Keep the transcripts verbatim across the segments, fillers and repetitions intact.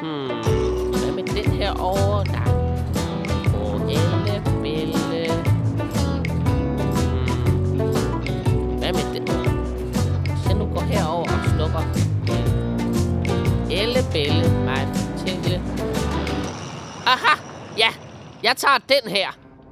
Hmm, hvad med den her overgang? Åh, Elle, Belle. Hmm, hvad med den? Hvis jeg nu går herover og slukker. Elle, Belle, mig, Tille. Aha! Ja, jeg tager den her.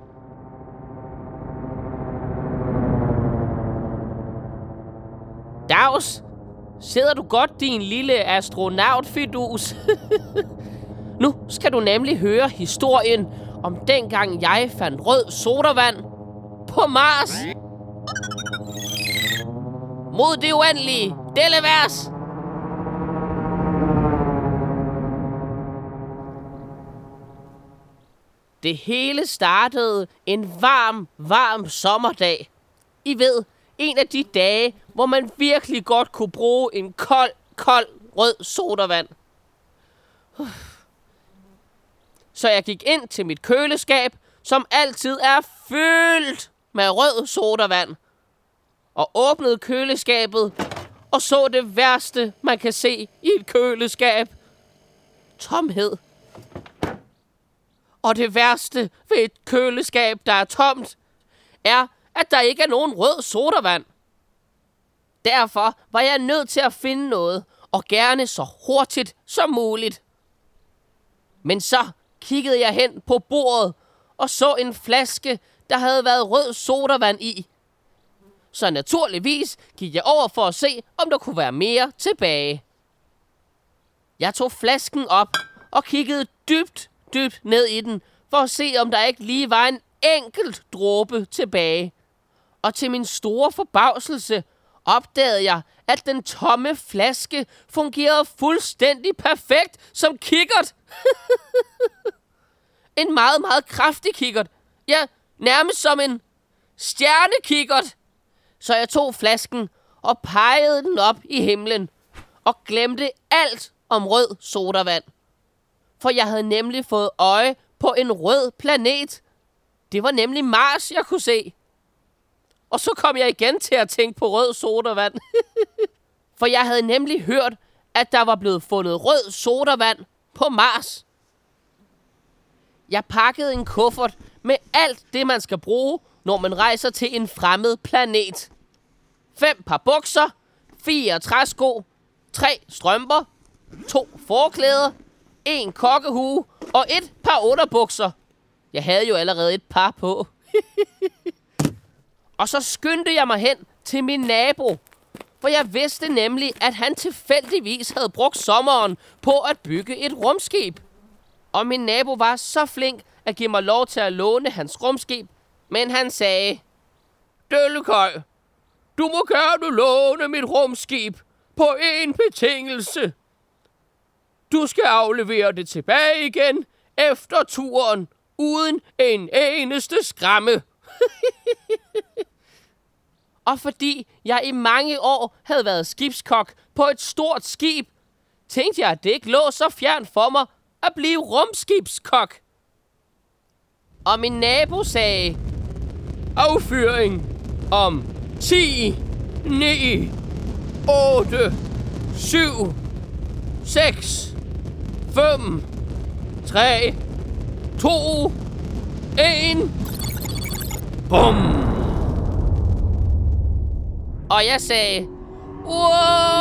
Dags, sidder du godt, din lille astronautfidus? Nu skal du nemlig høre historien om dengang jeg fandt rød sodavand på Mars. Mod det uendelige Delevers. Det hele startede en varm, varm sommerdag. I ved, en af de dage, hvor man virkelig godt kunne bruge en kold, kold rød sodavand. Så jeg gik ind til mit køleskab, som altid er fyldt med rød sodavand, og åbnede køleskabet og så det værste, man kan se i et køleskab. Tomhed. Og det værste ved et køleskab, der er tomt, er, at der ikke er nogen rød sodavand. Derfor var jeg nødt til at finde noget, og gerne så hurtigt som muligt. Men så kiggede jeg hen på bordet og så en flaske, der havde været rød sodavand i. Så naturligvis gik jeg over for at se, om der kunne være mere tilbage. Jeg tog flasken op og kiggede dybt, dybt ned i den, for at se, om der ikke lige var en enkelt dråbe tilbage. Og til min store forbavselse opdagede jeg, at den tomme flaske fungerede fuldstændig perfekt som kikkert. En meget, meget kraftig kikkert. Ja, nærmest som en stjernekikkert. Så jeg tog flasken og pegede den op i himlen og glemte alt om rød sodavand. For jeg havde nemlig fået øje på en rød planet. Det var nemlig Mars, jeg kunne se. Og så kom jeg igen til at tænke på rød sodavand. For jeg havde nemlig hørt, at der var blevet fundet rød sodavand på Mars. Jeg pakkede en kuffert med alt det, man skal bruge, når man rejser til en fremmed planet. Fem par bukser, fire træsko, tre strømper, to forklæder, en kokkehue og et par underbukser. Jeg havde jo allerede et par på. Og så skyndte jeg mig hen til min nabo, for jeg vidste nemlig, at han tilfældigvis havde brugt sommeren på at bygge et rumskib. Og min nabo var så flink at give mig lov til at låne hans rumskib, men han sagde: Døllekøj, du må gerne låne mit rumskib på en betingelse. Du skal aflevere det tilbage igen efter turen, uden en eneste skramme. Og fordi jeg i mange år havde været skibskok på et stort skib, tænkte jeg, at det ikke lå så fjern for mig at blive rumskibskok. Og min nabo sagde: affyring om ti, ni, otte, syv, seks, fem, tre, to, en. Bum! Og jeg sagde: wow!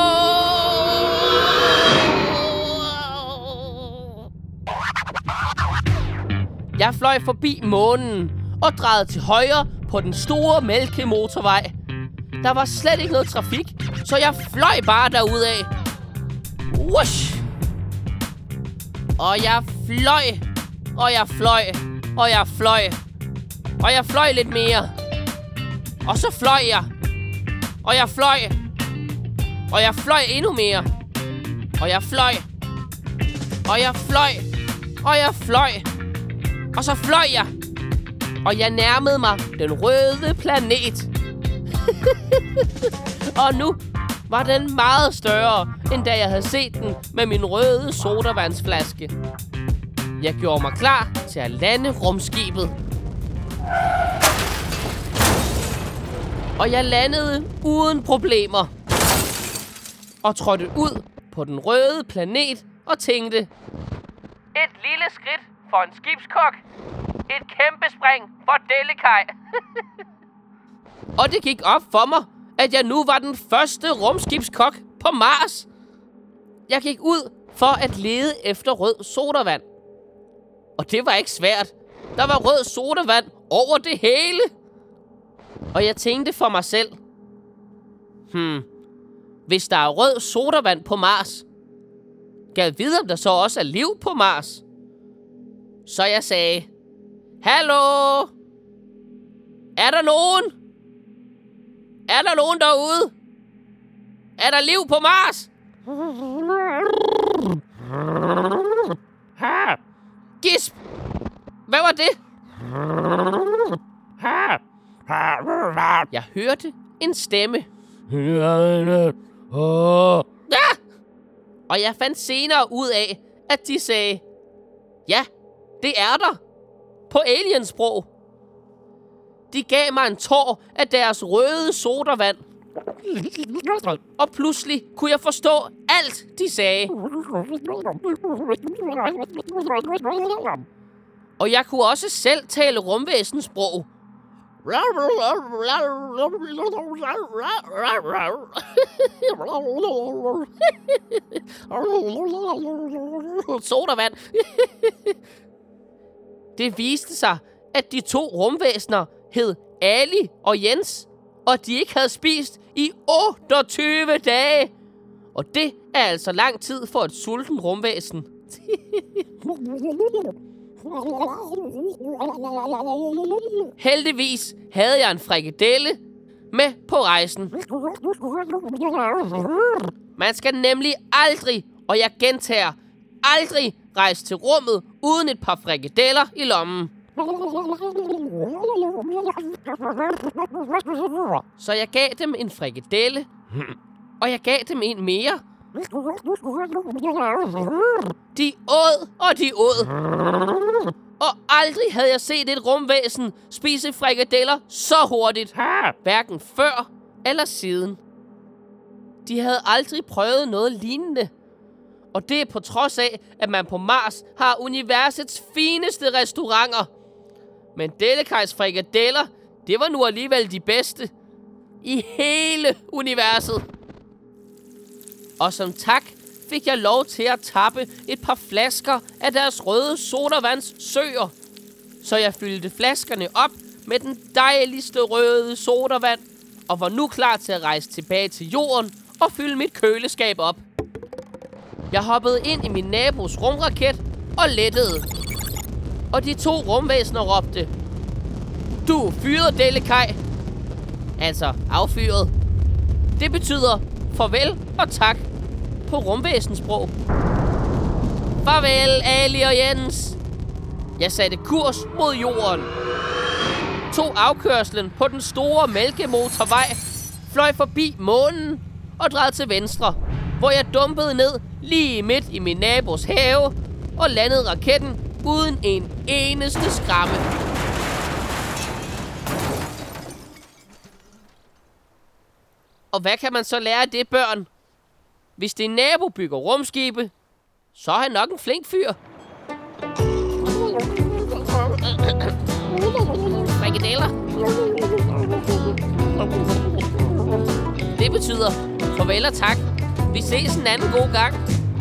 Jeg fløj forbi månen og drejede til højre på den store mælkemotorvej. Der var slet ikke noget trafik, så jeg fløj bare derudad. Whoosh! Og jeg fløj, og jeg fløj, og jeg fløj. Og jeg fløj lidt mere. Og så fløj jeg. Og jeg fløj. Og jeg fløj endnu mere. Og jeg fløj. Og jeg fløj. Og jeg fløj. Og så fløj jeg. Og jeg nærmede mig den røde planet. Og nu var den meget større, end da jeg havde set den med min røde sodavandsflaske. Jeg gjorde mig klar til at lande rumskibet. Og jeg landede uden problemer. Og trådte ud på den røde planet og tænkte, et lille skridt for en skibskok, et kæmpe spring for Delegaj. Og det gik op for mig, at jeg nu var den første rumskibskok på Mars. Jeg gik ud for at lede efter rød sodavand. Og det var ikke svært. Der var rød sodavand over det hele. Og jeg tænkte for mig selv, hmm, hvis der er rød sodavand på Mars, kan jeg vide, om der så også er liv på Mars? Så jeg sagde, hallo? Er der nogen? Er der nogen derude? Er der liv på Mars? Gisp! Hvad var det? Jeg hørte en stemme. Ja! Og jeg fandt senere ud af, at de sagde, ja, det er der. På aliensprog. De gav mig en tår af deres røde sodavand. Og pludselig kunne jeg forstå alt, de sagde. Og jeg kunne også selv tale rumvæsenssprog. Sodavand. Det viste sig, at de to rumvæsener hed Ali og Jens, og de ikke havde spist i otteogtyve dage. Og det er altså lang tid for et sulten rumvæsen. Heldigvis havde jeg en frikadelle med på rejsen. Man skal nemlig aldrig, og jeg gentager, aldrig rejse til rummet uden et par frikadeller i lommen. Så jeg gav dem en frikadelle, og jeg gav dem en mere. De åd, og de åd. Og aldrig havde jeg set et rumvæsen spise frikadeller så hurtigt. Hverken før eller siden. De havde aldrig prøvet noget lignende. Og det er på trods af, at man på Mars har universets fineste restauranter. Men Delegajs frikadeller, det var nu alligevel de bedste i hele universet. Og som tak fik jeg lov til at tappe et par flasker af deres røde sodavands søer. Så jeg fyldte flaskerne op med den dejligste røde sodavand, og var nu klar til at rejse tilbage til jorden og fylde mit køleskab op. Jeg hoppede ind i min nabos rumraket og lettede. Og de to rumvæsener råbte, du er fyret, Delegaj. Altså affyret. Det betyder farvel og tak på rumvæsenssprog. Farvel, Ali og Jens. Jeg satte kurs mod jorden. Tog afkørslen på den store mælkemotorvej, fløj forbi månen og drejede til venstre, hvor jeg dumpede ned lige midt i min nabos have og landede raketten uden en eneste skramme. Og hvad kan man så lære af det, børn? Hvis din nabo bygger rumskibe, så er han nok en flink fyr. Frikadeller. Det betyder farvel og tak. Vi ses en anden god gang.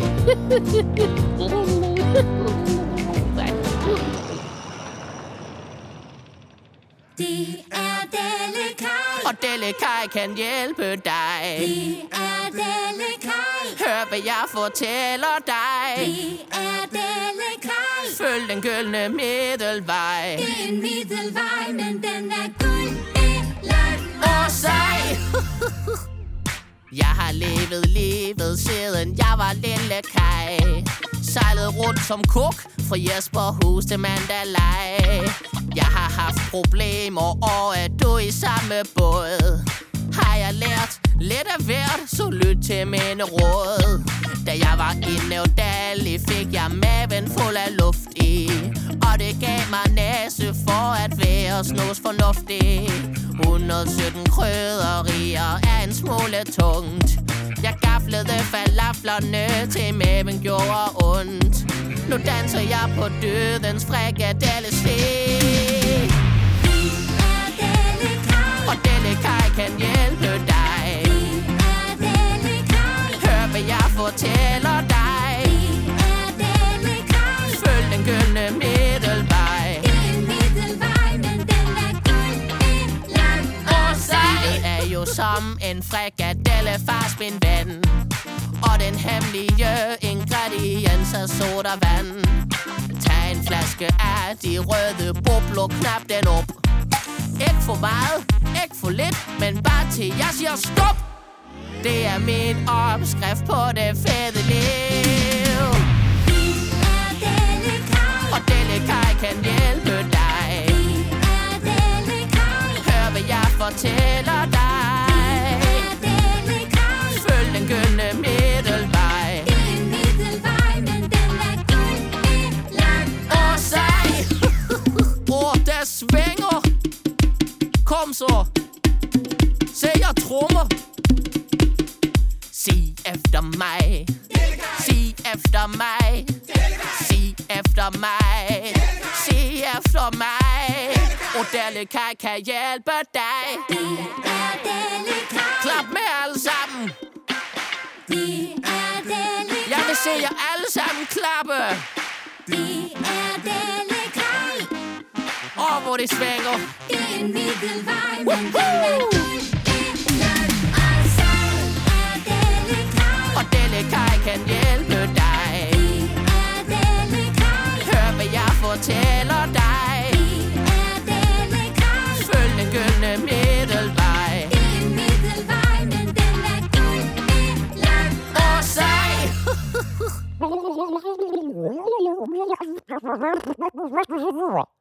Det er Delegaj. Og Delegaj kan hjælpe dig. Det er Delegaj. Hør, hvad jeg fortæller dig. Det er Delegaj. Følg den gyldne middelvej. Det er en middelvej, men den er guld eller Og sej. Jeg har levet livet siden jeg var lille Kaj. Sejlet rundt som kok fra Jesperhus til Mandalay. Jeg har haft problemer, og er du i samme båd? Har jeg lært lidt af hvert, så lyt til mine råd. Da jeg var i Nævdali, fik jeg maven fuld af luft i. Og det gav mig næse for at være snus fornuftig. hundrede og sytten krydderier er en smule tungt. Jeg gafler Riflede falaflerne til maven gjorde ondt. Nu danser jeg på dødens frikadelle-sne. Vi er Delle-Kaj. Og Delle-Kaj kan hjælpe dig. Vi er Delle-Kaj. Hør hvad jeg fortæller dig. Vi er Delle-Kaj. Følg den gyldne middelvej. En middelvej, men den er guld, en lang og sej. Det er jo som en frikadelle, fars min ven. Og den hemmelige ingrediens er sodavand. Tag en flaske af de røde bobler, knap den op. Ikke for meget, ikke for lidt, men bare til jeg siger stop. Det er min opskrift på det fede liv. Vi er Delle-Kaj. Og Delle-Kaj kan hjælpe dig. Vi er Delle-Kaj. Hør hvad jeg fortæller dig. Vi er Delle-Kaj. Følg den gyldne middelvej. En middelvej, men den er guld, en lang Og sej. Åh, der svinger. Kom så. Se, jeg trommer. Sig efter mig. Sig efter mig. Sig efter mig. Sig efter mig. Og Delle-Kaj kan hjælpe dig. Vi er Delle-Kaj. Klap med alle sammen. Vi er Delle-Kaj. Jeg vil se jer alle sammen klappe. Vi er Delle-Kaj. Åh, hvor det svinger. En middelvej, men den er guld, en lang og sej. Er Delle-Kaj. Og Delle-Kaj kan hjælpe dig. Vi er Delle-Kaj. Hør hvad jeg fortæller dig. Vi er Delle-Kaj. Følg den gyldne middelvej. En middelvej, men den er guld, en lang Og sej. Thank you.